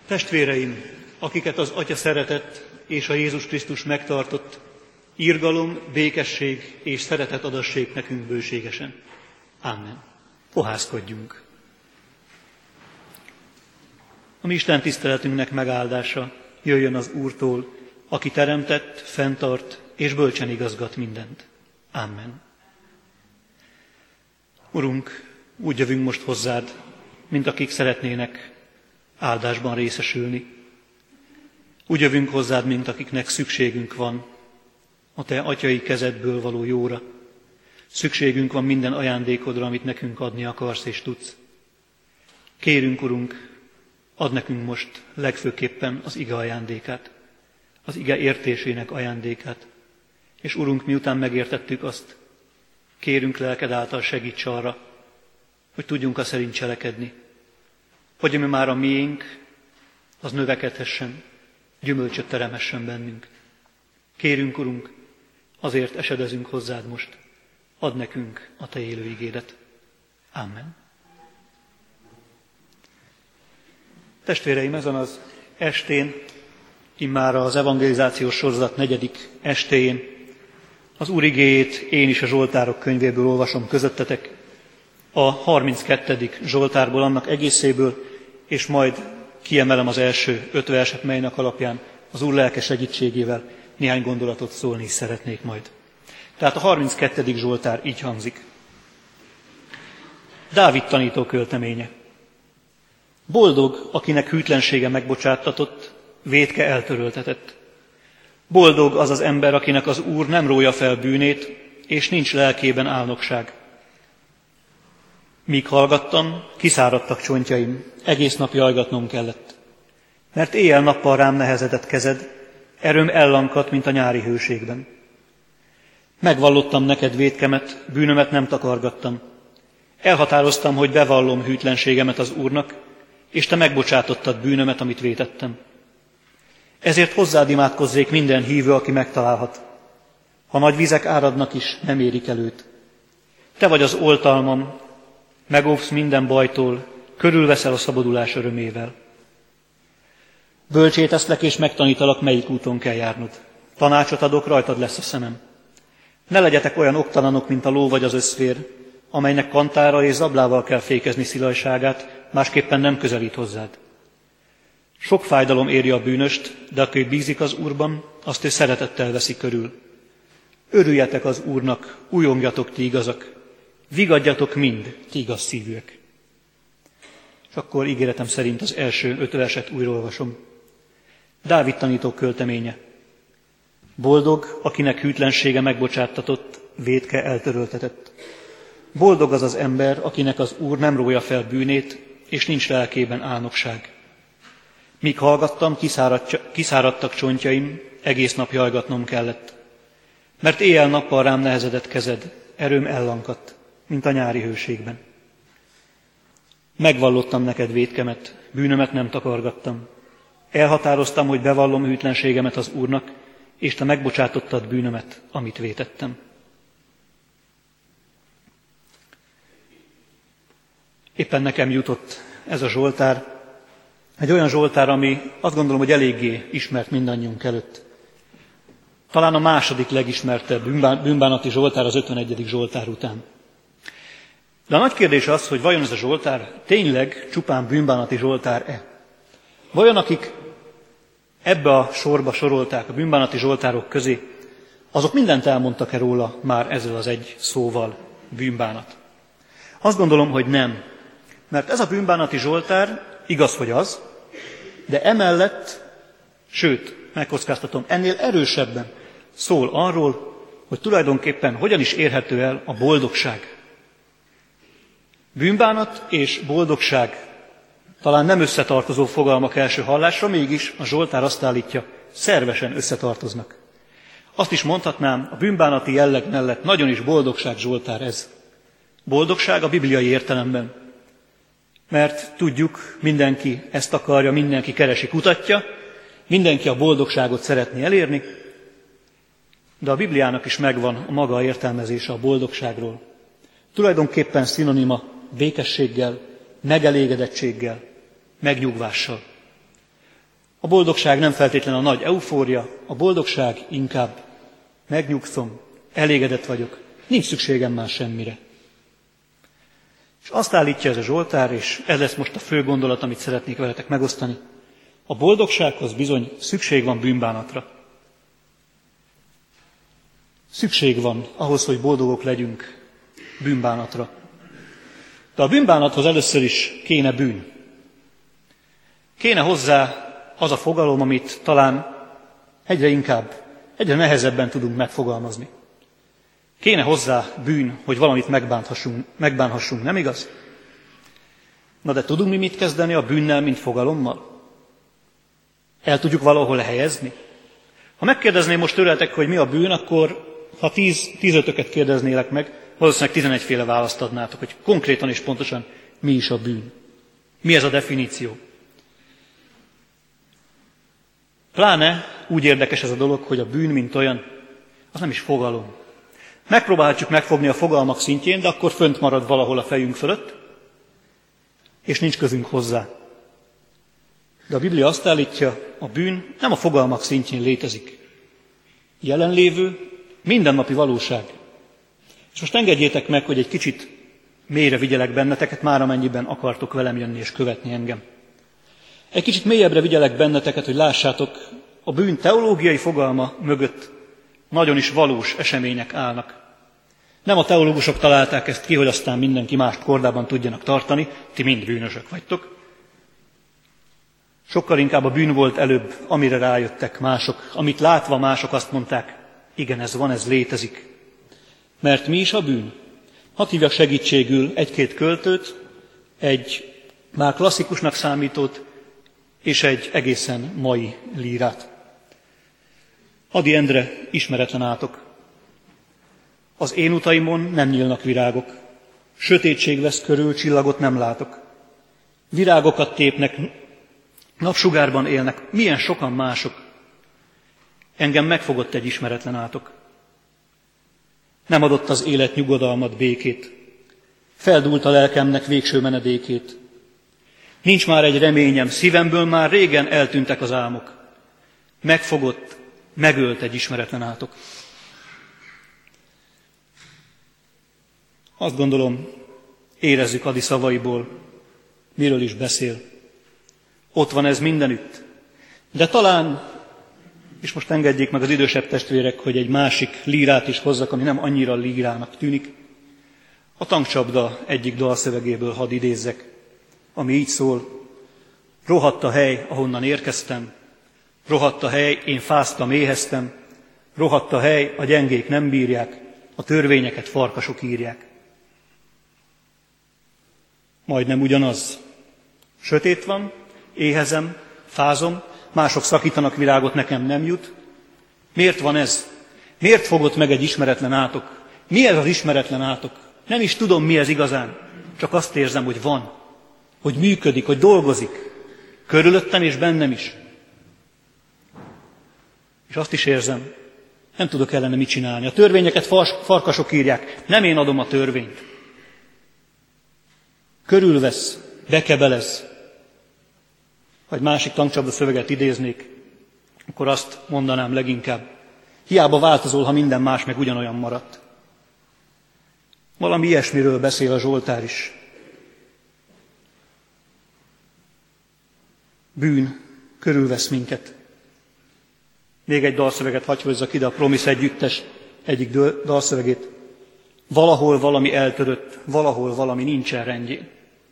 Testvéreim, akiket az Atya szeretett és a Jézus Krisztus megtartott, irgalom, békesség és szeretet adassék nekünk bőségesen. Amen. Fohászkodjunk. A mi Isten tiszteletünknek megáldása jöjjön az Úrtól, aki teremtett, fenntart és bölcsen igazgat mindent. Amen. Urunk, úgy jövünk most hozzád, mint akik szeretnének áldásban részesülni. Úgy jövünk hozzád, mint akiknek szükségünk van a te atyai kezedből való jóra. Szükségünk van minden ajándékodra, amit nekünk adni akarsz és tudsz. Kérünk, Urunk, add nekünk most legfőképpen az ige ajándékát, az ige értésének ajándékát. És Urunk, miután megértettük azt, kérünk lelked által segíts arra, hogy tudjunk szerint cselekedni, hogy ami már a miénk, az növekedhessen, gyümölcsöt teremhessen bennünk. Kérünk, Urunk, azért esedezünk hozzád most, add nekünk a te élő igédet. Amen. Testvéreim, ezen az estén, immár az evangelizációs sorozat 4. estéjén, az Úr igéjét én is a Zsoltárok könyvéből olvasom közöttetek, a 32. Zsoltárból, annak egészéből, és majd kiemelem az első 5 verset, melynek alapján az Úr lelke segítségével néhány gondolatot szólni is szeretnék majd. Tehát a 32. Zsoltár így hangzik. Dávid tanító költeménye. Boldog, akinek hűtlensége megbocsáttatott, vétke eltöröltetett. Boldog az az ember, akinek az Úr nem rója fel bűnét, és nincs lelkében álnokság. Míg hallgattam, kiszáradtak csontjaim, egész nap jajgatnom kellett. Mert éjjel-nappal rám nehezedett kezed, erőm ellankadt, mint a nyári hőségben. Megvallottam neked vétkemet, bűnömet nem takargattam. Elhatároztam, hogy bevallom hűtlenségemet az Úrnak, és te megbocsátottad bűnömet, amit vétettem. Ezért hozzád imádkozzék minden hívő, aki megtalálhat. Ha nagy vizek áradnak is, nem érik el őt. Te vagy az oltalmam, megóvsz minden bajtól, körülveszel a szabadulás örömével. Bölcsé teszlek és megtanítalak, melyik úton kell járnod. Tanácsot adok, rajtad lesz a szemem. Ne legyetek olyan oktalanok, mint a ló vagy az összvér, amelynek kantára és zablával kell fékezni szilajságát, másképpen nem közelít hozzád. Sok fájdalom éri a bűnöst, de aki bízik az Úrban, azt ő szeretettel veszi körül. Örüljetek az Úrnak, újongjatok ti igazak, vigadjatok mind, ti igaz szívűek. És akkor ígéretem szerint az első 5 verset újra olvasom. Dávid tanító költeménye. Boldog, akinek hűtlensége megbocsáttatott, vétke eltöröltetett. Boldog az az ember, akinek az Úr nem rója fel bűnét, és nincs lelkében álnokság. Míg hallgattam, kiszáradtak csontjaim, egész nap jajgatnom kellett. Mert éjjel-nappal rám nehezedett kezed, erőm ellankadt, mint a nyári hőségben. Megvallottam neked vétkemet, bűnömet nem takargattam. Elhatároztam, hogy bevallom hűtlenségemet az Úrnak, és te megbocsátottad bűnömet, amit vétettem. Éppen nekem jutott ez a Zsoltár, egy olyan Zsoltár, ami azt gondolom, hogy eléggé ismert mindannyiunk előtt. Talán a második legismertebb bűnbánati Zsoltár az 51. Zsoltár után. De a nagy kérdés az, hogy vajon ez a Zsoltár tényleg csupán bűnbánati Zsoltár-e? Vajon akik ebbe a sorba sorolták a bűnbánati Zsoltárok közé, azok mindent elmondtak-e róla már ezzel az egy szóval, bűnbánat? Azt gondolom, hogy nem. Mert ez a bűnbánati Zsoltár igaz, hogy az, de emellett, sőt, megkockáztatom, ennél erősebben szól arról, hogy tulajdonképpen hogyan is érhető el a boldogság. Bűnbánat és boldogság talán nem összetartozó fogalmak első hallásra, mégis a Zsoltár azt állítja, szervesen összetartoznak. Azt is mondhatnám, a bűnbánati jelleg mellett nagyon is boldogság Zsoltár ez. Boldogság a bibliai értelemben. Mert tudjuk, mindenki ezt akarja, mindenki keresi, kutatja, mindenki a boldogságot szeretné elérni, de a Bibliának is megvan a maga értelmezése a boldogságról. Tulajdonképpen szinonima békességgel, megelégedettséggel, megnyugvással. A boldogság nem feltétlenül a nagy eufória, a boldogság inkább megnyugszom, elégedett vagyok, nincs szükségem már semmire. És azt állítja ez a Zsoltár, és ez lesz most a fő gondolat, amit szeretnék veletek megosztani. A boldogsághoz bizony szükség van bűnbánatra. Szükség van ahhoz, hogy boldogok legyünk, bűnbánatra. De a bűnbánathoz először is kéne bűn. Kéne hozzá az a fogalom, amit talán egyre nehezebben tudunk megfogalmazni. Kéne hozzá bűn, hogy valamit megbánhassunk, nem igaz? Na de tudunk mi mit kezdeni a bűnnel, mint fogalommal? El tudjuk valahol helyezni? Ha megkérdezném most tőletek, hogy mi a bűn, akkor ha 10-ötöket kérdeznélek meg, valószínűleg 11 féle választ adnátok, hogy konkrétan és pontosan mi is a bűn. Mi ez a definíció? Pláne úgy érdekes ez a dolog, hogy a bűn, mint olyan, az nem is fogalom. Megpróbálhatjuk megfogni a fogalmak szintjén, de akkor fönt marad valahol a fejünk fölött, és nincs közünk hozzá. De a Biblia azt állítja, a bűn nem a fogalmak szintjén létezik. Jelenlévő, mindennapi valóság. És most engedjétek meg, hogy egy kicsit mélyre vigyelek benneteket, már amennyiben akartok velem jönni és követni engem. Egy kicsit mélyebbre vigyelek benneteket, hogy lássátok, a bűn teológiai fogalma mögött nagyon is valós események állnak. Nem a teológusok találták ezt ki, hogy aztán mindenki mást kordában tudjanak tartani, ti mind bűnösök vagytok. Sokkal inkább a bűn volt előbb, amire rájöttek mások, amit látva mások azt mondták, igen, ez van, ez létezik. Mert mi is a bűn? Hadd hívjak segítségül egy-két költőt, egy már klasszikusnak számítót, és egy egészen mai lírát. Ady Endre, ismeretlen átok. Az én utaimon nem nyílnak virágok. Sötétség vesz körül, csillagot nem látok. Virágokat tépnek, napsugárban élnek, milyen sokan mások. Engem megfogott egy ismeretlen átok. Nem adott az élet nyugodalmat, békét. Feldúlt a lelkemnek végső menedékét. Nincs már egy reményem, szívemből már régen eltűntek az álmok. Megfogott, megölt egy ismeretlen átok. Azt gondolom, érezzük Ady szavaiból, miről is beszél. Ott van ez mindenütt. De talán, és most engedjék meg az idősebb testvérek, hogy egy másik lírát is hozzak, ami nem annyira lírának tűnik. A Tankcsapda egyik dalszövegéből hadd idézzek, ami így szól. Rohadt a hely, ahonnan érkeztem, rohadt a hely, én fáztam, éheztem, rohadt a hely, a gyengék nem bírják, a törvényeket farkasok írják. Majdnem ugyanaz. Sötét van, éhezem, fázom, mások szakítanak virágot, nekem nem jut. Miért van ez? Miért fogott meg egy ismeretlen átok? Mi ez az ismeretlen átok? Nem is tudom, mi ez igazán, csak azt érzem, hogy van, hogy működik, hogy dolgozik, körülöttem és bennem is. És azt is érzem, nem tudok ellene mit csinálni. A törvényeket farkasok írják, nem én adom a törvényt. Körülvesz, bekebelez. Ha egy másik Tankcsapda szöveget idéznék, akkor azt mondanám leginkább, hiába változol, ha minden más meg ugyanolyan maradt. Valami ilyesmiről beszél a Zsoltár is. Bűn körülvesz minket. Még egy dalszöveget hadd hozzak ide, a Promise együttes egyik dalszövegét. Valahol valami eltörött, valahol valami nincsen rendjén.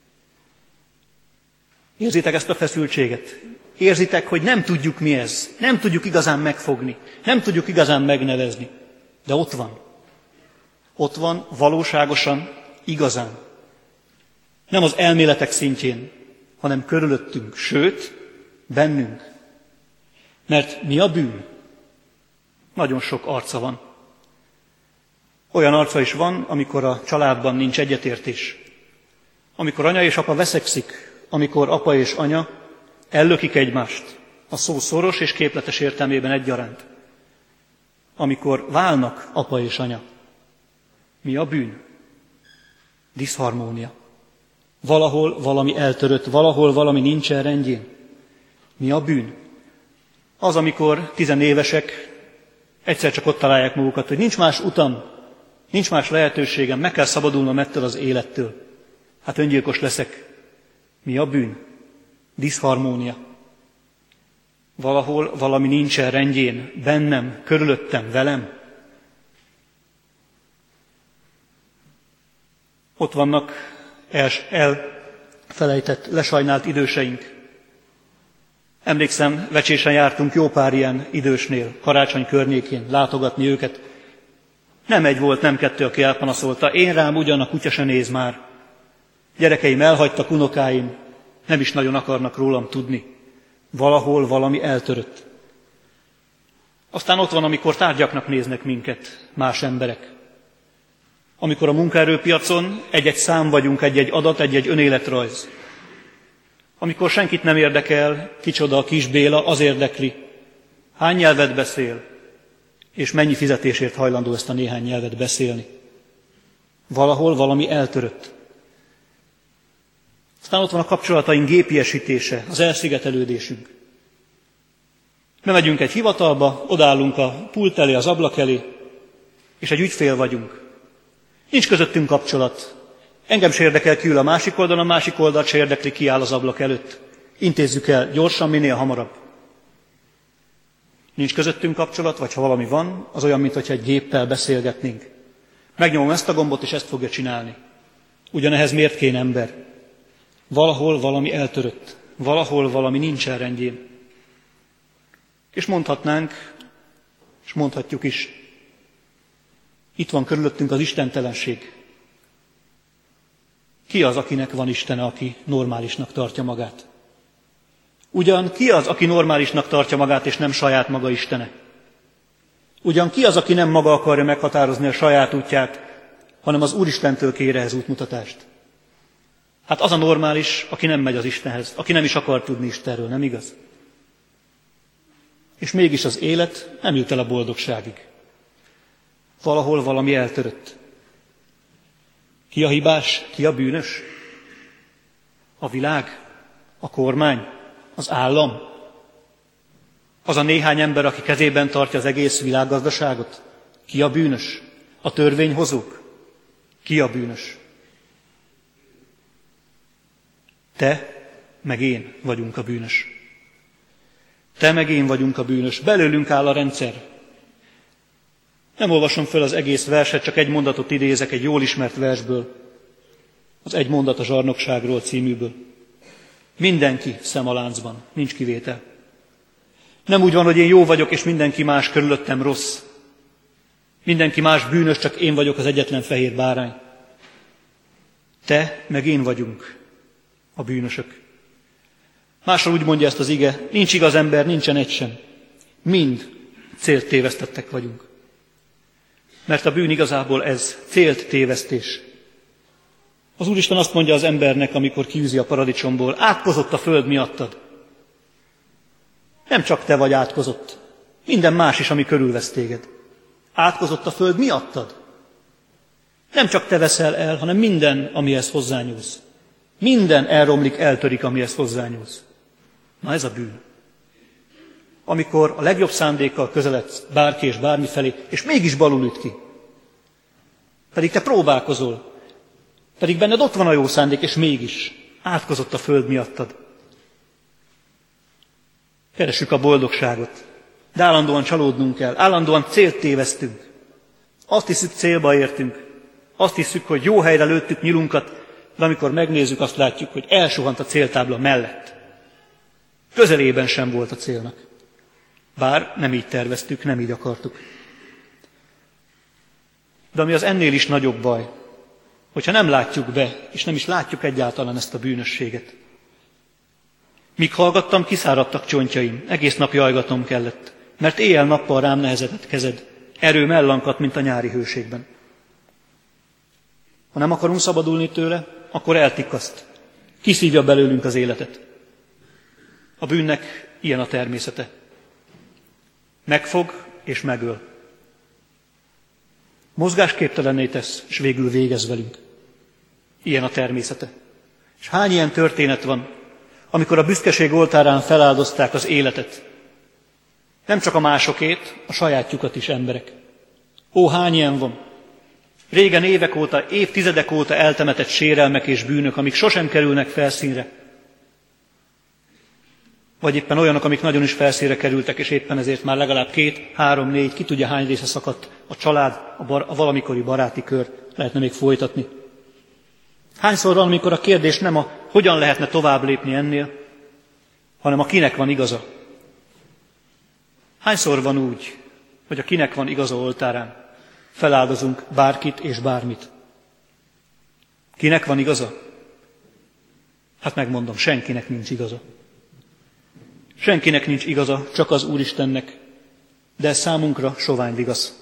Érzitek ezt a feszültséget? Érzitek, hogy nem tudjuk mi ez, nem tudjuk igazán megfogni, nem tudjuk igazán megnevezni, de ott van. Ott van valóságosan, igazán. Nem az elméletek szintjén, hanem körülöttünk, sőt, bennünk. Mert mi a bűn? Nagyon sok arca van. Olyan arca is van, amikor a családban nincs egyetértés. Amikor anya és apa veszekszik, amikor apa és anya ellökik egymást, a szó szoros és képletes értelmében egyaránt. Amikor válnak apa és anya. Mi a bűn? Diszharmónia. Valahol valami eltörött, valahol valami nincsen rendjén. Mi a bűn? Az, amikor tizenévesek egyszer csak ott találják magukat, hogy nincs más utam, nincs más lehetőségem, meg kell szabadulnom ettől az élettől. Hát öngyilkos leszek. Mi a bűn? Diszharmónia. Valahol valami nincsen rendjén, bennem, körülöttem, velem. Ott vannak elfelejtett, lesajnált időseink. Emlékszem, Vecsésen jártunk jó pár ilyen idősnél, karácsony környékén látogatni őket. Nem egy volt, nem kettő, aki elpanaszolta, én rám ugyan a kutya se néz már. Gyerekeim elhagytak, unokáim, nem is nagyon akarnak rólam tudni. Valahol valami eltörött. Aztán ott van, amikor tárgyaknak néznek minket más emberek. Amikor a munkaerőpiacon egy-egy szám vagyunk, egy-egy adat, egy-egy önéletrajz. Amikor senkit nem érdekel, kicsoda a kis Béla, az érdekli, hány nyelvet beszél, és mennyi fizetésért hajlandó ezt a néhány nyelvet beszélni. Valahol valami eltörött. Aztán ott van a kapcsolataink gépiesítése, az elszigetelődésünk. Bemegyünk egy hivatalba, odállunk a pult elé, az ablak elé, és egy ügyfél vagyunk. Nincs közöttünk kapcsolat. Engem se érdekel, ki ül a másik oldalon, a másik oldalt se érdekli, ki áll az ablak előtt. Intézzük el gyorsan, minél hamarabb. Nincs közöttünk kapcsolat, vagy ha valami van, az olyan, mintha egy géppel beszélgetnénk. Megnyomom ezt a gombot, és ezt fogja csinálni. Ugyanehhez miért kéne ember? Valahol valami eltörött, valahol valami nincsen rendjén. És mondhatnánk, és mondhatjuk is, itt van körülöttünk az istentelenség. Ki az, akinek van Istene, aki normálisnak tartja magát? Ugyan ki az, aki normálisnak tartja magát, és nem saját maga Istene? Ugyan ki az, aki nem maga akarja meghatározni a saját útját, hanem az Úristentől kér ehhez útmutatást? Hát az a normális, aki nem megy az Istenhez, aki nem is akar tudni Istenről, nem igaz? És mégis az élet nem jut el a boldogságig. Valahol valami eltörött. Ki a hibás, ki a bűnös? A világ, a kormány, az állam? Az a néhány ember, aki kezében tartja az egész világgazdaságot? Ki a bűnös? A törvényhozók? Ki a bűnös? Te, meg én vagyunk a bűnös. Te, meg én vagyunk a bűnös. Belőlünk áll a rendszer. Nem olvasom föl az egész verset, csak egy mondatot idézek egy jól ismert versből. Az Egy mondat a zsarnokságról címűből. Mindenki szem a láncban, nincs kivétel. Nem úgy van, hogy én jó vagyok, és mindenki más körülöttem rossz. Mindenki más bűnös, csak én vagyok az egyetlen fehér bárány. Te, meg én vagyunk a bűnösök. Máshol úgy mondja ezt az ige, nincs igaz ember, nincsen egy sem. Mind célt tévesztettek vagyunk. Mert a bűn igazából ez, célt tévesztés. Az Úristen azt mondja az embernek, amikor kiűzi a paradicsomból, átkozott a föld miattad. Nem csak te vagy átkozott, minden más is, ami körülvesz téged. Átkozott a föld miattad. Nem csak te veszel el, hanem minden, amihez hozzányúlsz. Minden elromlik, eltörik, amihez hozzányúlsz. Na ez a bűn. Amikor a legjobb szándékkal közeledsz bárki és bármi felé, és mégis balul üt ki. Pedig te próbálkozol, pedig benned ott van a jó szándék, és mégis átkozott a föld miattad. Keressük a boldogságot, de állandóan csalódnunk kell, állandóan célt tévesztünk. Azt hiszük, célba értünk, azt hiszük, hogy jó helyre lőttük nyilunkat, de amikor megnézzük, azt látjuk, hogy elsuhant a céltábla mellett. Közelében sem volt a célnak. Bár nem így terveztük, nem így akartuk. De ami az ennél is nagyobb baj, hogyha nem látjuk be, és nem is látjuk egyáltalán ezt a bűnösséget. Míg hallgattam, kiszáradtak csontjaim, egész nap jajgatnom kellett, mert éjjel-nappal rám nehezedett kezed, erőm ellankadt, mint a nyári hőségben. Ha nem akarunk szabadulni tőle, akkor eltikaszt, kiszívja belőlünk az életet. A bűnnek ilyen a természete. Megfog és megöl. Mozgásképtelenné tesz, és végül végez velünk. Ilyen a természete. És hány ilyen történet van, amikor a büszkeség oltárán feláldozták az életet, Nem csak a másokét, a sajátjukat is, emberek. Ó, hány ilyen van! Régen évek óta, évtizedek óta eltemetett sérelmek és bűnök, amik sosem kerülnek felszínre. Vagy éppen olyanok, amik nagyon is felszínre kerültek, és éppen ezért már legalább 2, 3, 4, ki tudja hány része szakadt a család, a valamikori baráti kör, lehetne még folytatni. Hányszor van, amikor a kérdés nem a hogyan lehetne tovább lépni ennél, hanem a kinek van igaza. Hányszor van úgy, hogy a kinek van igaza oltárán feláldozunk bárkit és bármit. Kinek van igaza? Hát megmondom, senkinek nincs igaza. Senkinek nincs igaza, csak az Úristennek, de ez számunkra sovány vigasz.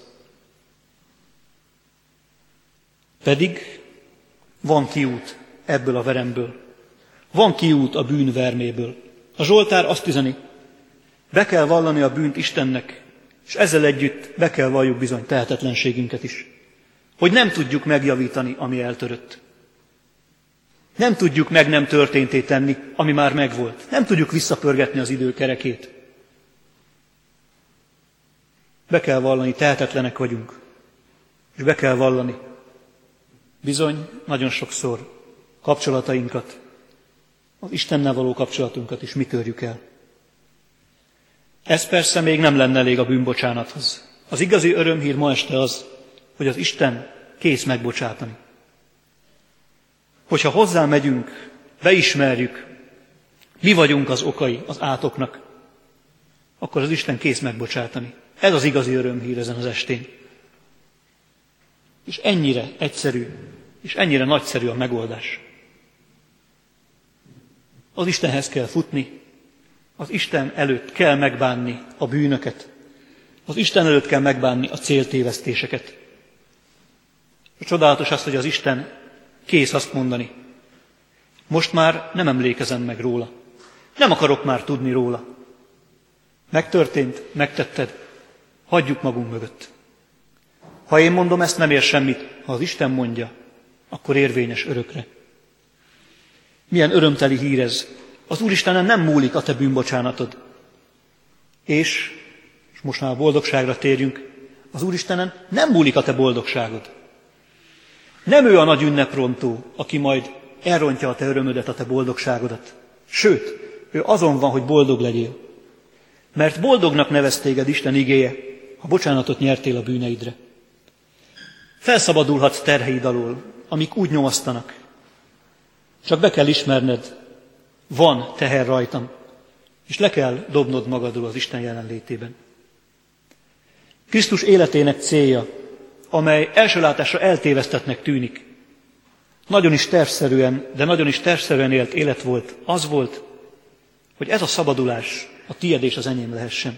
Pedig van kiút ebből a veremből. Van kiút a bűn verméből. A Zsoltár azt üzeni, be kell vallani a bűnt Istennek, és ezzel együtt be kell valljuk bizony tehetetlenségünket is. Hogy nem tudjuk megjavítani, ami eltörött. Nem tudjuk meg nem történté tenni, ami már megvolt. Nem tudjuk visszapörgetni az idő kerekét. Be kell vallani, tehetetlenek vagyunk. És be kell vallani, bizony, nagyon sokszor kapcsolatainkat, az Istennel való kapcsolatunkat is mi törjük el. Ez persze még nem lenne elég a bűnbocsánathoz. Az igazi örömhír ma este az, hogy az Isten kész megbocsátani. Hogyha hozzá megyünk, beismerjük, mi vagyunk az okai az átoknak, akkor az Isten kész megbocsátani. Ez az igazi örömhír ezen az estén. És ennyire egyszerű, és ennyire nagyszerű a megoldás. Az Istenhez kell futni, az Isten előtt kell megbánni a bűnöket, az Isten előtt kell megbánni a céltévesztéseket. A csodálatos az, hogy az Isten kész azt mondani, most már nem emlékezem meg róla, nem akarok már tudni róla. Megtörtént, megtetted, hagyjuk magunk mögött. Ha én mondom, ezt nem ér semmit, ha az Isten mondja, akkor érvényes örökre. Milyen örömteli hír ez! Az Úristenen nem múlik a te bűnbocsánatod. És most már a boldogságra térjünk, az Úristenen nem múlik a te boldogságod. Nem ő a nagy ünneprontó, aki majd elrontja a te örömödet, a te boldogságodat. Sőt, ő azon van, hogy boldog legyél. Mert boldognak nevez téged Isten igéje, ha bocsánatot nyertél a bűneidre. Felszabadulhatsz terheid alól, amik úgy nyomasztanak. Csak be kell ismerned, van teher rajtam, és le kell dobnod magadról az Isten jelenlétében. Krisztus életének célja, amely első látásra eltévesztettnek tűnik, nagyon is tervszerűen, de nagyon is tervszerűen élt élet volt, az volt, hogy ez a szabadulás a tied és az enyém lehessen.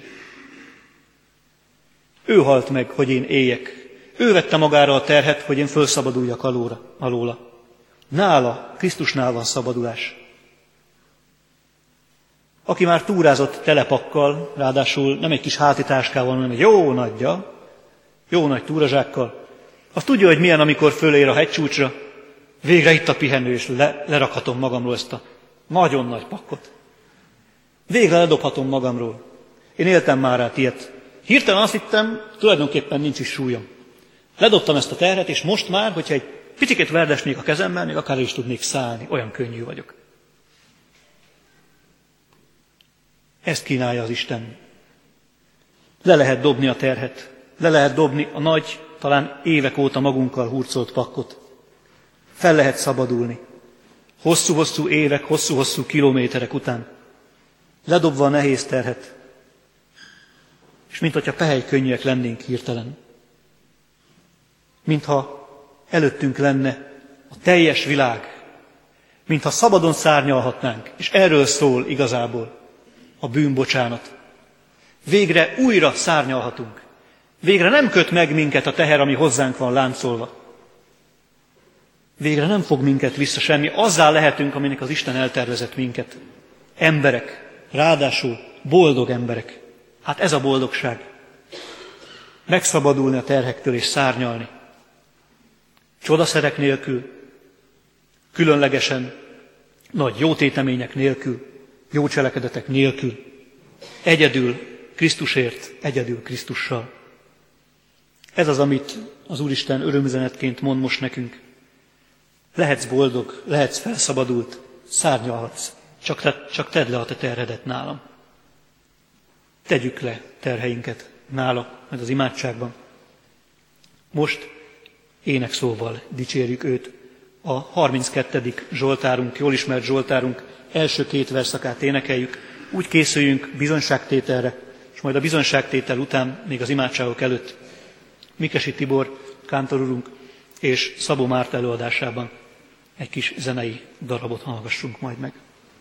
Ő halt meg, hogy én éljek. Ő vette magára a terhet, hogy én fölszabaduljak alóla. Nála, Krisztusnál van szabadulás. Aki már túrázott telepakkal, ráadásul nem egy kis hátitáskával, hanem egy jó nagy túrazsákkal, az tudja, hogy milyen, amikor fölér a hegycsúcsra, végre itt a pihenő, és lerakhatom magamról ezt a nagyon nagy pakkot. Végre ledobhatom magamról. Én éltem már át ilyet. Hirtelen azt hittem, tulajdonképpen nincs is súlyom. Ledobtam ezt a terhet, és most már, hogyha egy picikét verdesnék a kezemmel, még akár is tudnék szállni, olyan könnyű vagyok. Ezt kínálja az Isten. Le lehet dobni a terhet, le lehet dobni a nagy, talán évek óta magunkkal hurcolt pakkot. Fel lehet szabadulni. Hosszú-hosszú évek, hosszú-hosszú kilométerek után. Ledobva a nehéz terhet. És minthogyha pehelykönnyűek lennénk hirtelen. Mintha előttünk lenne a teljes világ. Mintha szabadon szárnyalhatnánk. És erről szól igazából a bűnbocsánat. Végre újra szárnyalhatunk. Végre nem köt meg minket a teher, ami hozzánk van láncolva. Végre nem fog minket vissza semmi. Azzá lehetünk, aminek az Isten eltervezett minket. Emberek, ráadásul boldog emberek. Hát ez a boldogság. Megszabadulni a terhektől és szárnyalni. Csodaszerek nélkül, különlegesen, nagy jótétemények nélkül, jó cselekedetek nélkül, egyedül, Krisztusért, egyedül Krisztussal. Ez az, amit az Úristen örömüzenetként mond most nekünk. Lehetsz boldog, lehetsz felszabadult, szárnyalhatsz, csak tedd le a te terhedet nálam. Tegyük le terheinket nála, meg az imádságban. Most énekszóval dicsérjük őt. A 32. Zsoltárunk, jól ismert Zsoltárunk első 2 verszakát énekeljük. Úgy készüljünk bizonyságtételre, és majd a bizonyságtétel után, még az imádságok előtt Mikesi Tibor kántorurunk és Szabó Márta előadásában egy kis zenei darabot hallgassunk majd meg.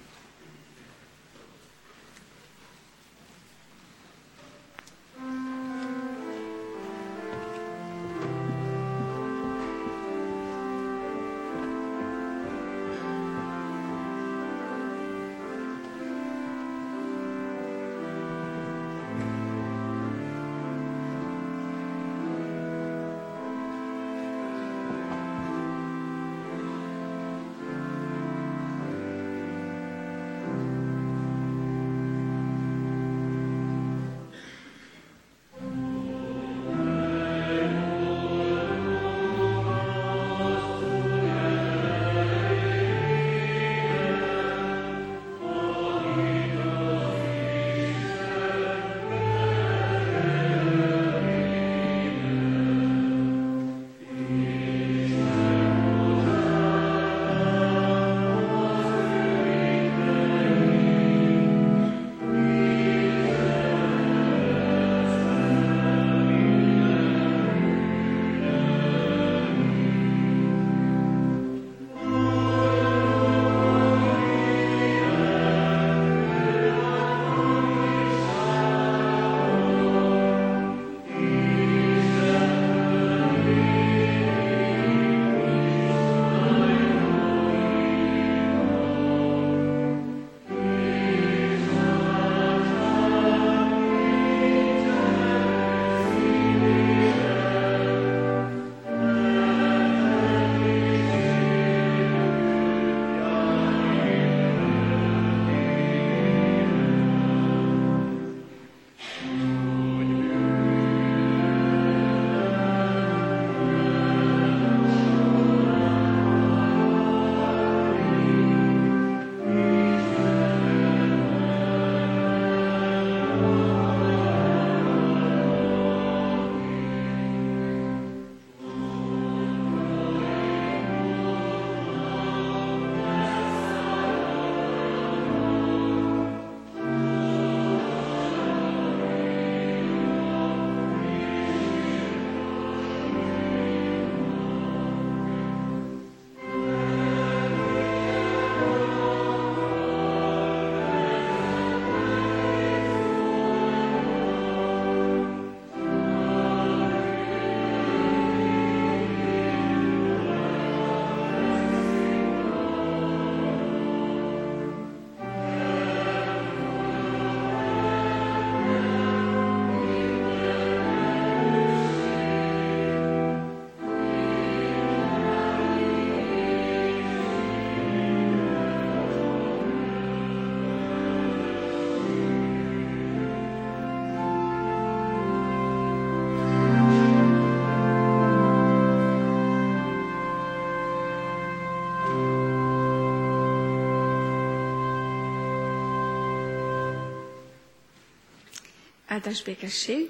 Áldás békesség!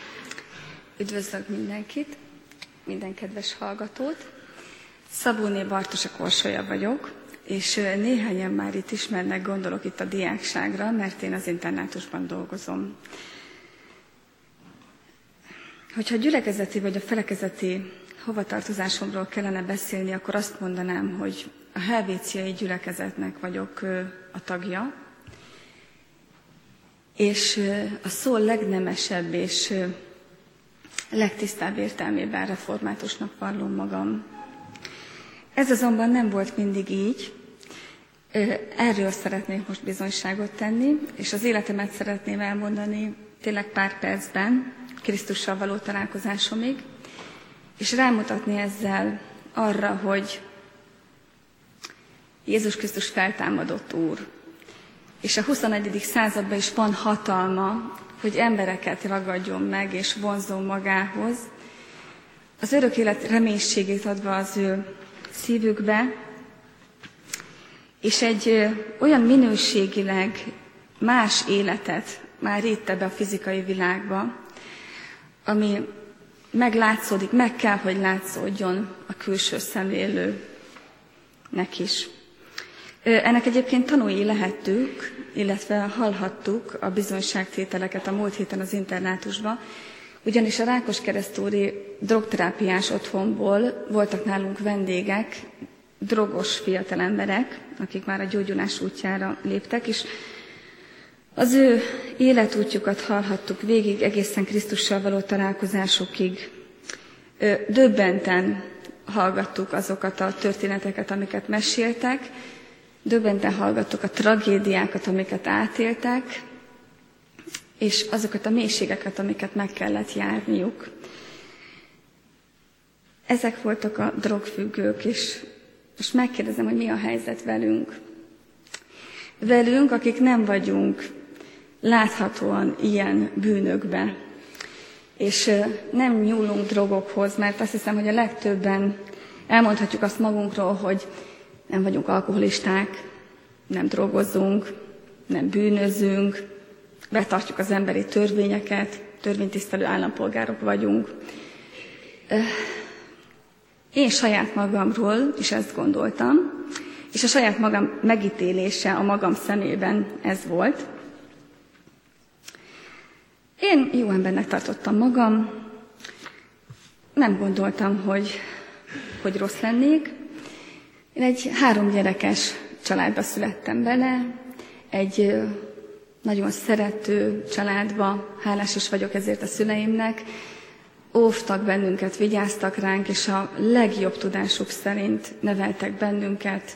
Üdvözlök mindenkit, minden kedves hallgatót! Szabóné Bartosa Korsolya vagyok, és néhányan már itt ismernek, gondolok itt a diákságra, mert én az internátusban dolgozom. Hogyha a gyülekezeti vagy a felekezeti hovatartozásomról kellene beszélni, akkor azt mondanám, hogy a helvéciai gyülekezetnek vagyok a tagja, és a szó legnemesebb és legtisztább értelmében reformátusnak vallom magam. Ez azonban nem volt mindig így. Erről szeretnék most bizonyságot tenni, és az életemet szeretném elmondani tényleg pár percben, Krisztussal való találkozásomig, és rámutatni ezzel arra, hogy Jézus Krisztus feltámadott Úr. És a 21. században is van hatalma hogy embereket ragadjon meg és vonzzon magához, az örök élet reménységét adva az ő szívükbe, és egy olyan minőségileg más életet már vitte be a fizikai világba, ami meglátszódik, meg kell, hogy látszódjon a külső szemlélőnek is. Ennek egyébként tanúi lehettük, illetve hallhattuk a bizonyságtételeket a múlt héten az internátusban, ugyanis a Rákoskeresztúri drogterápiás otthonból voltak nálunk vendégek, drogos fiatal emberek, akik már a gyógyulás útjára léptek, és az ő életútjukat hallhattuk végig, egészen Krisztussal való találkozásukig. Döbbenten hallgattuk azokat a történeteket, amiket meséltek, döbbenten hallgattuk a tragédiákat, amiket átéltek, és azokat a mélységeket, amiket meg kellett járniuk. Ezek voltak a drogfüggők, és most megkérdezem, hogy mi a helyzet velünk. Velünk, akik nem vagyunk láthatóan ilyen bűnökbe, és nem nyúlunk drogokhoz, mert azt hiszem, hogy a legtöbben elmondhatjuk azt magunkról, hogy nem vagyunk alkoholisták, nem drogozunk, nem bűnözünk, betartjuk az emberi törvényeket, törvénytisztelő állampolgárok vagyunk. Én saját magamról is ezt gondoltam, és a saját magam megítélése a magam szemében ez volt. Én jó embernek tartottam magam, nem gondoltam, hogy rossz lennék. Én egy 3 gyerekes családba születtem bele, egy nagyon szerető családba, hálás is vagyok ezért a szüleimnek, óvtak bennünket, vigyáztak ránk, és a legjobb tudásuk szerint neveltek bennünket,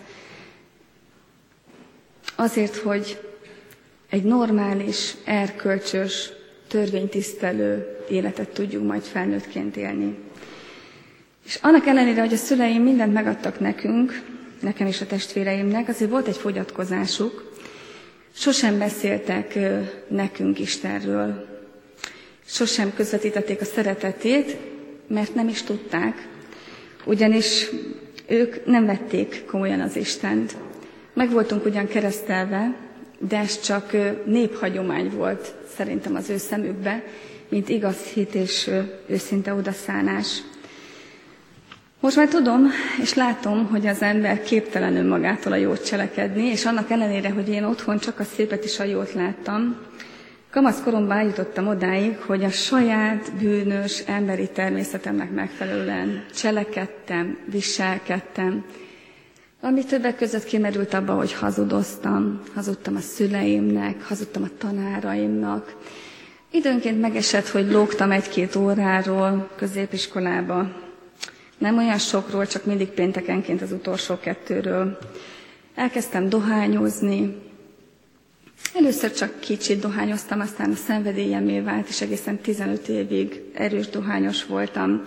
azért, hogy egy normális, erkölcsös, törvénytisztelő életet tudjunk majd felnőttként élni. És annak ellenére, hogy a szüleim mindent megadtak nekünk, nekem és a testvéreimnek, azért volt egy fogyatkozásuk, sosem beszéltek nekünk Istenről, sosem közvetítették a szeretetét, mert nem is tudták, ugyanis ők nem vették komolyan az Istent. Meg voltunk ugyan keresztelve, de ez csak néphagyomány volt szerintem az ő szemükbe, mint igaz hit és őszinte odaszánás. Most már tudom, és látom, hogy az ember képtelen önmagától a jót cselekedni, és annak ellenére, hogy én otthon csak a szépet és a jót láttam, kamaszkoromban eljutottam odáig, hogy a saját bűnös emberi természetemnek megfelelően cselekedtem, viselkedtem, ami többek között kimerült abba, hogy hazudoztam a szüleimnek, hazudtam a tanáraimnak. Időnként megesett, hogy lógtam 1-2 óráról középiskolába. Nem olyan sokról, csak mindig péntekenként az utolsó 2-ről. Elkezdtem dohányozni. Először csak kicsit dohányoztam, aztán a szenvedélyemmé vált, és egészen 15 évig erős dohányos voltam.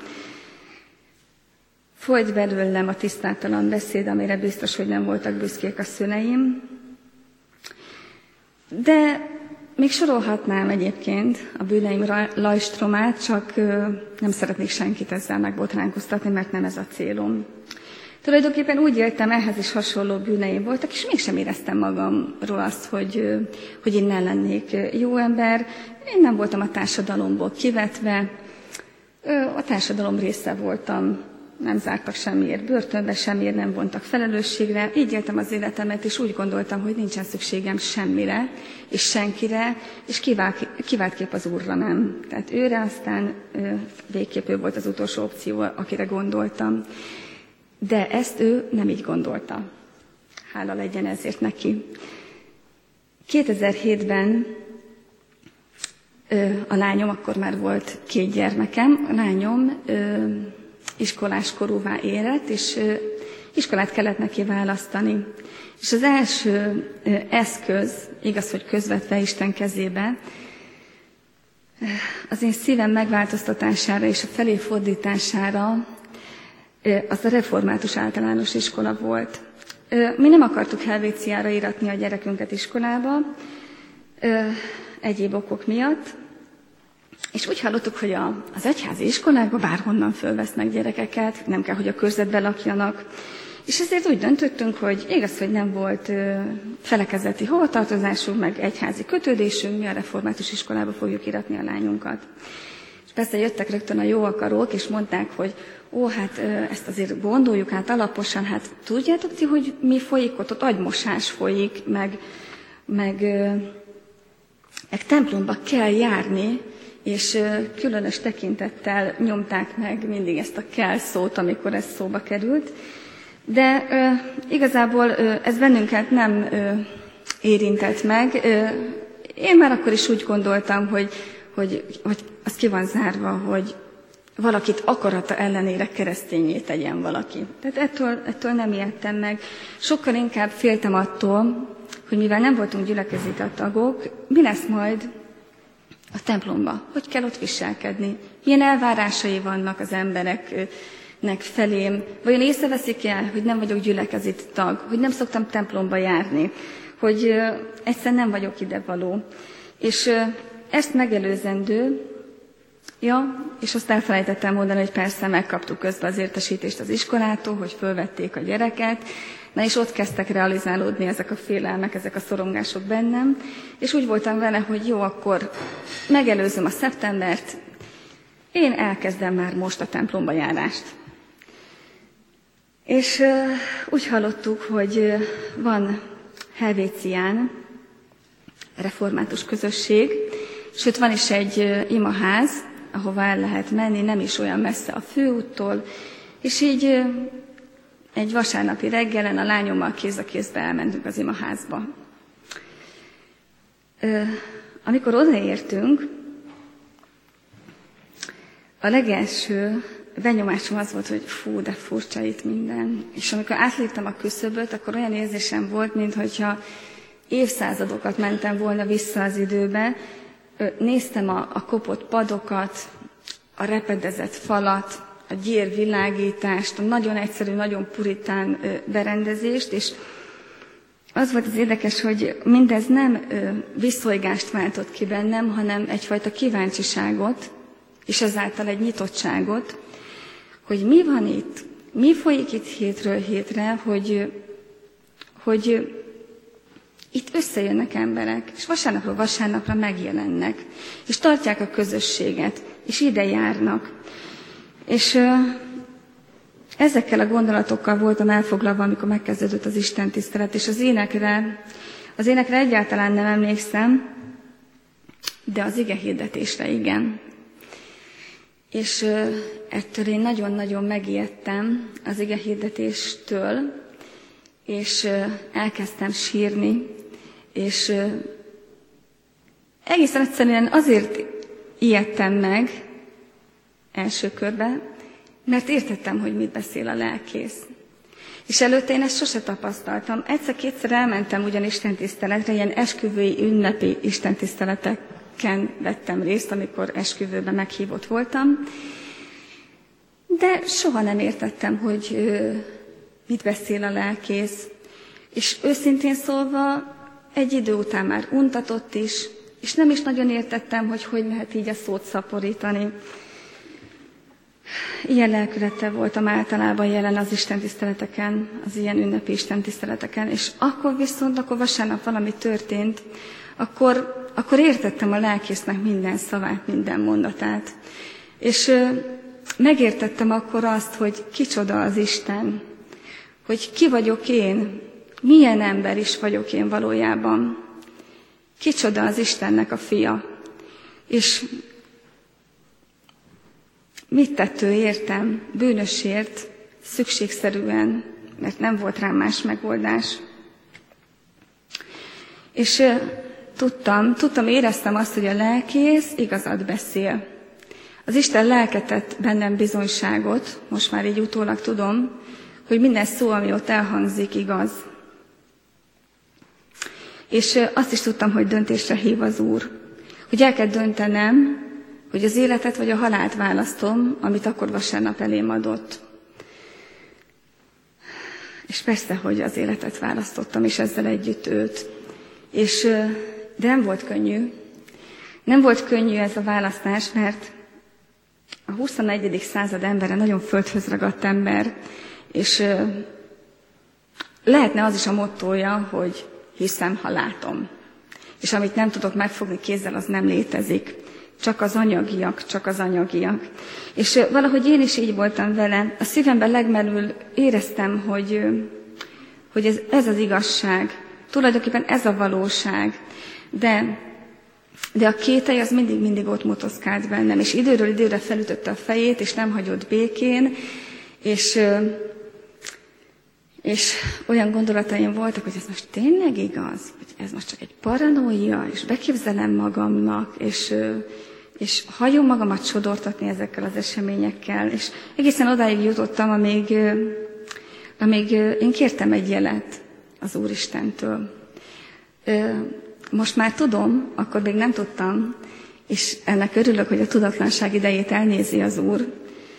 Folyt belőlem a tisztátalan beszéd, amire biztos, hogy nem voltak büszkék a szüleim. De még sorolhatnám egyébként a bűneim lajstromát, csak nem szeretnék senkit ezzel megbotránkoztatni, mert nem ez a célom. Tulajdonképpen úgy éltem, ehhez is hasonló bűneim voltak, és mégsem éreztem magamról azt, hogy én ne lennék jó ember. Én nem voltam a társadalomból kivetve, a társadalom része voltam, nem zártak semmiért börtönbe, semmiért nem vontak felelősségre. Így éltem az életemet, és úgy gondoltam, hogy nincsen szükségem semmire, és senkire, és kiváltképp az Úrra nem. Tehát őre aztán végképp ő volt az utolsó opció, akire gondoltam. De ezt ő nem így gondolta. Hála legyen ezért neki. 2007-ben a lányom, akkor már volt 2 gyermekem, a lányom iskolás korúvá érett, és iskolát kellett neki választani. És az első eszköz, igaz, hogy közvetve Isten kezébe, az én szívem megváltoztatására és a felé fordítására az a református általános iskola volt. Mi nem akartuk helvéciára íratni a gyerekünket iskolába, egyéb okok miatt, És úgy hallottuk, hogy az egyházi iskolákba bárhonnan fölvesznek gyerekeket, nem kell, hogy a körzetbe lakjanak. És ezért úgy döntöttünk, hogy igaz, hogy nem volt felekezeti hovatartozásunk, meg egyházi kötődésünk, mi a református iskolába fogjuk iratni a lányunkat. És persze jöttek rögtön a jó akarók, és mondták, hogy hát ezt azért gondoljuk át alaposan, hát tudjátok ti, hogy mi folyik ott agymosás folyik, meg templomba kell járni, és különös tekintettel nyomták meg mindig ezt a kell szót, amikor ez szóba került. De igazából ez bennünket nem érintett meg. Én már akkor is úgy gondoltam, hogy az ki van zárva, hogy valakit akarata ellenére keresztényé tegyen valaki. Tehát ettől nem ijedtem meg. Sokkal inkább féltem attól, hogy mivel nem voltunk gyülekezeti tagok, mi lesz majd a templomba, hogy kell ott viselkedni, milyen elvárásai vannak az embereknek felém, vajon észreveszik el, hogy nem vagyok gyülekezeti tag, hogy nem szoktam templomba járni, hogy egyszer nem vagyok idevaló. És ezt megelőzendő, és azt elfelejtettem mondani, hogy persze megkaptuk közben az értesítést az iskolától, hogy fölvették a gyereket, na és ott kezdtek realizálódni ezek a félelmek, ezek a szorongások bennem, és úgy voltam vele, hogy jó, akkor megelőzöm a szeptembert, én elkezdem már most a templomba járást. És úgy hallottuk, hogy van Helvécián református közösség, sőt van is egy imaház, ahova el lehet menni, nem is olyan messze a főúttól, és így egy vasárnapi reggelen a lányommal kéz a kézbe elmentünk az imaházba. Amikor odaértünk, a legelső benyomásom az volt, hogy fú, de furcsa itt minden. És amikor átléptem a küszöböt, akkor olyan érzésem volt, mintha évszázadokat mentem volna vissza az időbe. Néztem a kopott padokat, a repedezett falat, a gyérvilágítást, a nagyon egyszerű, nagyon puritán berendezést, és az volt az érdekes, hogy mindez nem visszolygást váltott ki bennem, hanem egyfajta kíváncsiságot, és ezáltal egy nyitottságot, hogy mi van itt, mi folyik itt hétről hétre, hogy itt összejönnek emberek, és vasárnapról vasárnapra megjelennek, és tartják a közösséget, és ide járnak. És ezekkel a gondolatokkal voltam elfoglalva, amikor megkezdődött az istentisztelet, és az énekre egyáltalán nem emlékszem, de az igehirdetésre igen. És ettől én nagyon-nagyon megijedtem az igehirdetéstől, és elkezdtem sírni, és egészen egyszerűen azért ijedtem meg első körben, mert értettem, hogy mit beszél a lelkész. És előtte én ezt sose tapasztaltam. Egyszer-kétszer elmentem ugyan istentiszteletre, ilyen esküvői ünnepi istentiszteleteken vettem részt, amikor esküvőben meghívott voltam, de soha nem értettem, hogy mit beszél a lelkész. És őszintén szólva egy idő után már untatott is, és nem is nagyon értettem, hogy lehet így a szót szaporítani. Ilyen lelkülettel voltam általában jelen az istentiszteleteken, az ilyen ünnepi istentiszteleteken, és akkor vasárnap valami történt, akkor értettem a lelkésznek minden szavát, minden mondatát. És megértettem akkor azt, hogy kicsoda az Isten, hogy ki vagyok én, milyen ember is vagyok én valójában, kicsoda az Istennek a fia, és mit tett ő értem, bűnösért, szükségszerűen, mert nem volt rám más megoldás. És éreztem azt, hogy a lelkész igazat beszél. Az Isten lelke tett bennem bizonyságot, most már így utólag tudom, hogy minden szó, ami ott elhangzik, igaz. És azt is tudtam, hogy döntésre hív az Úr. Hogy el kell döntenem, hogy az életet vagy a halált választom, amit akkor vasárnap elém adott. És persze, hogy az életet választottam, és ezzel együtt őt. De nem volt könnyű. Nem volt könnyű ez a választás, mert a 21. század embere nagyon földhöz ragadt ember, és lehetne az is a mottója, hogy hiszem, ha látom. És amit nem tudok megfogni kézzel, az nem létezik. Csak az anyagiak, csak az anyagiak. És valahogy én is így voltam vele. A szívemben legmelül éreztem, hogy ez az igazság. Tulajdonképpen ez a valóság. De a kételj az mindig ott motoszkált bennem, és időről időre felütötte a fejét, és nem hagyott békén, és olyan gondolataim voltak, hogy ez most tényleg igaz, hogy ez most csak egy paranoia, és beképzelem magamnak, és hagyom magamat sodortatni ezekkel az eseményekkel, és egészen odáig jutottam, amíg én kértem egy jelet az Úristentől. Most már tudom, akkor még nem tudtam, és ennek örülök, hogy a tudatlanság idejét elnézi az Úr,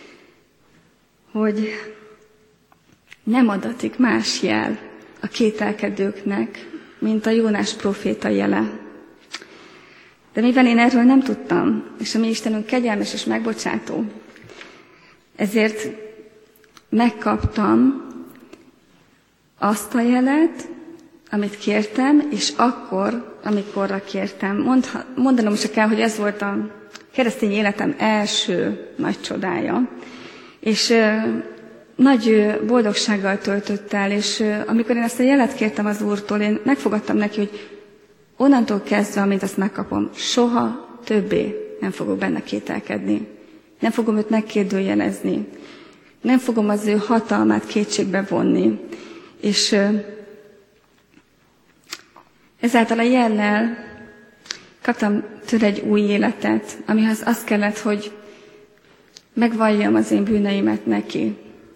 hogy nem adatik más jel a kételkedőknek, mint a Jónás próféta jele. De mivel én erről nem tudtam, és a mi Istenünk kegyelmes és megbocsátó, ezért megkaptam azt a jelet, amit kértem, és akkor, amikorra kértem. Mondanom se kell, hogy ez volt a keresztény életem első nagy csodája. És nagy boldogsággal töltött el, és amikor én ezt a jelet kértem az Úrtól, én megfogadtam neki, hogy onnantól kezdve, amint azt megkapom, soha többé nem fogok benne kételkedni. Nem fogom őt megkérdőjelezni. Nem fogom az ő hatalmát kétségbe vonni. És ezáltal a jellel kaptam tőle egy új életet, amihez az kellett, hogy megvalljam az én bűneimet neki.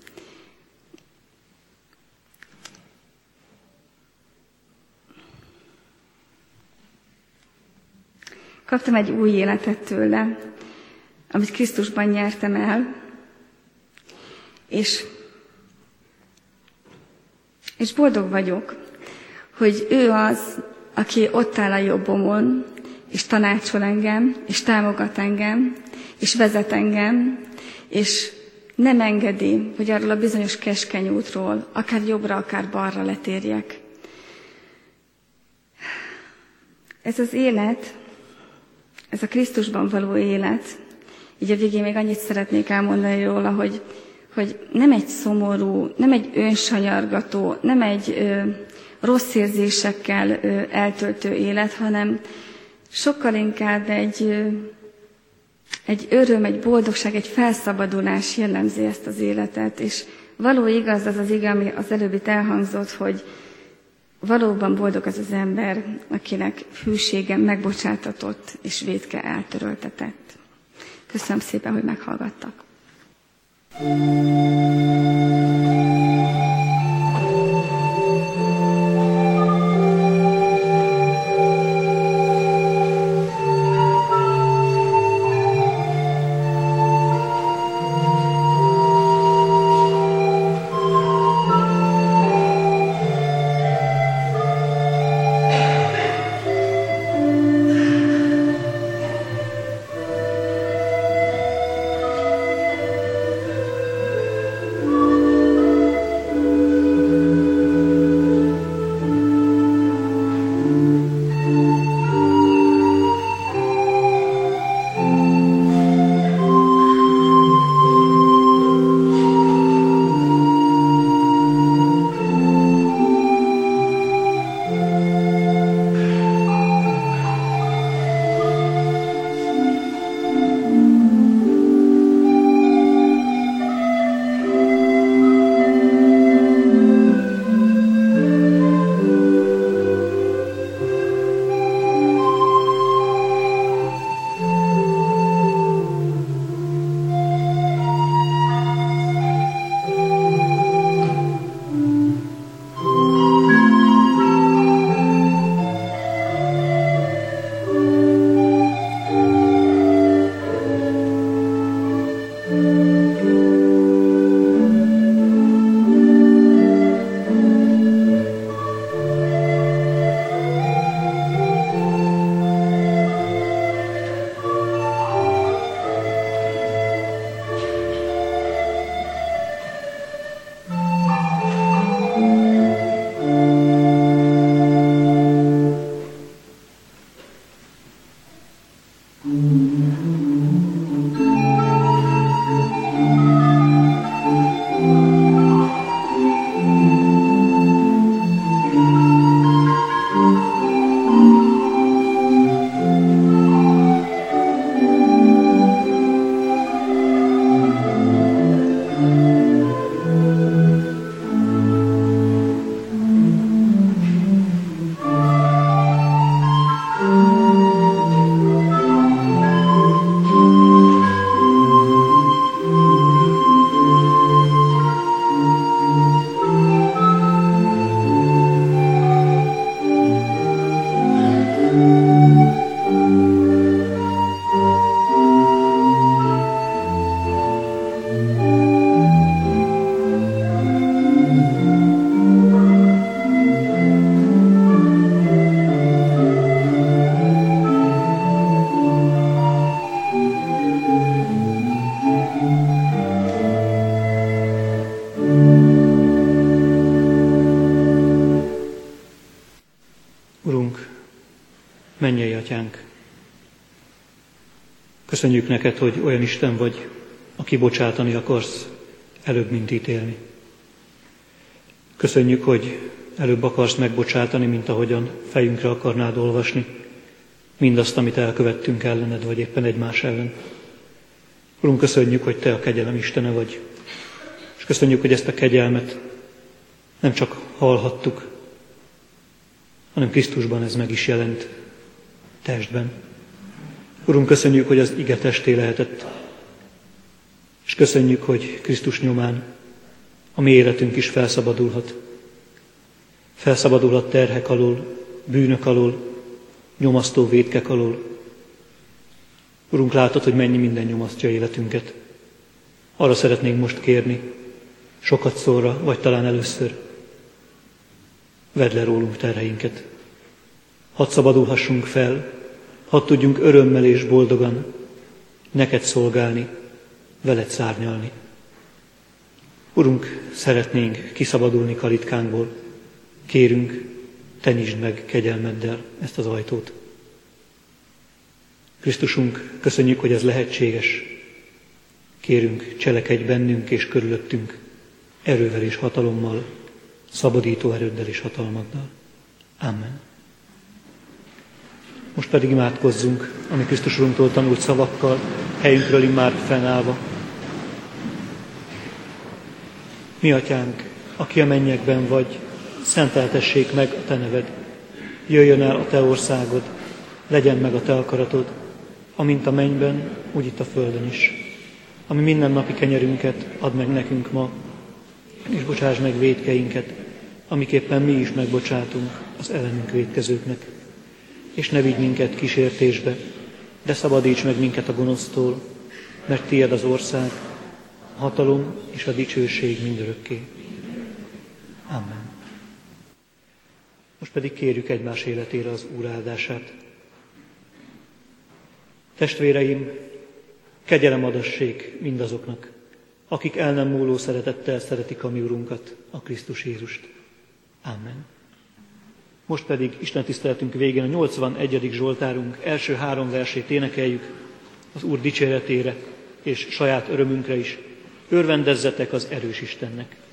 Kaptam egy új életet tőle, amit Krisztusban nyertem el, és boldog vagyok, hogy ő az, aki ott áll a jobbomon, és tanácsol engem, és támogat engem, és vezet engem, és nem engedi, hogy arról a bizonyos keskeny útról, akár jobbra, akár balra letérjek. Ez az élet, ez a Krisztusban való élet, így a végén még annyit szeretnék elmondani róla, hogy nem egy szomorú, nem egy önsanyargató, nem egy rossz érzésekkel eltöltő élet, hanem sokkal inkább egy öröm, egy boldogság, egy felszabadulás jellemzi ezt az életet. És való igaz az ige, ami az előbb itt elhangzott, hogy valóban boldog az az ember, akinek hűsége megbocsátatott és vétke eltöröltetett. Köszönöm szépen, hogy meghallgattak. Atyánk, köszönjük neked, hogy olyan Isten vagy, aki bocsátani akarsz, előbb, mint ítélni. Köszönjük, hogy előbb akarsz megbocsátani, mint ahogyan fejünkre akarnád olvasni mindazt, amit elkövettünk ellened, vagy éppen egymás ellen. Urunk, köszönjük, hogy Te a kegyelem Istene vagy, és köszönjük, hogy ezt a kegyelmet nem csak hallhattuk, hanem Krisztusban ez meg is jelent testben. Urunk, köszönjük, hogy az ige testé lehetett, és köszönjük, hogy Krisztus nyomán a mi életünk is felszabadulhat. Felszabadulhat terhek alól, bűnök alól, nyomasztó vétkek alól. Urunk, látod, hogy mennyi minden nyomasztja életünket. Arra szeretnénk most kérni, sokat szorra, vagy talán először. Vedd le rólunk terheinket. Hadd szabadulhassunk fel, hadd tudjunk örömmel és boldogan neked szolgálni, veled szárnyalni. Urunk, szeretnénk kiszabadulni kalitkánkból. Kérünk, Te nyisd meg kegyelmeddel ezt az ajtót. Krisztusunk, köszönjük, hogy ez lehetséges. Kérünk, cselekedj bennünk és körülöttünk, erővel és hatalommal, szabadító erőddel és hatalmaddal. Amen. Most pedig imádkozzunk, ami Krisztus Urunktól tanult szavakkal, helyünkről immár fennállva. Mi Atyánk, aki a mennyekben vagy, szenteltessék meg a Te neved. Jöjjön el a Te országod, legyen meg a Te akaratod, amint a mennyben, úgy itt a földön is. Ami mindennapi kenyerünket add meg nekünk ma, és bocsáss meg vétkeinket, amiképpen mi is megbocsátunk az ellenünk vétkezőknek. És ne vigy minket kísértésbe, de szabadíts meg minket a gonosztól, mert Tied az ország, a hatalom és a dicsőség mindörökké. Amen. Most pedig kérjük egymás életére az Úr áldását. Testvéreim, kegyelem adassék mindazoknak, akik el nem múló szeretettel szeretik a mi Urunkat, a Krisztus Jézust. Amen. Most pedig Isten tiszteletünk végén a 81. Zsoltárunk első 3 versét énekeljük az Úr dicséretére és saját örömünkre is. Örvendezzetek az erős Istennek!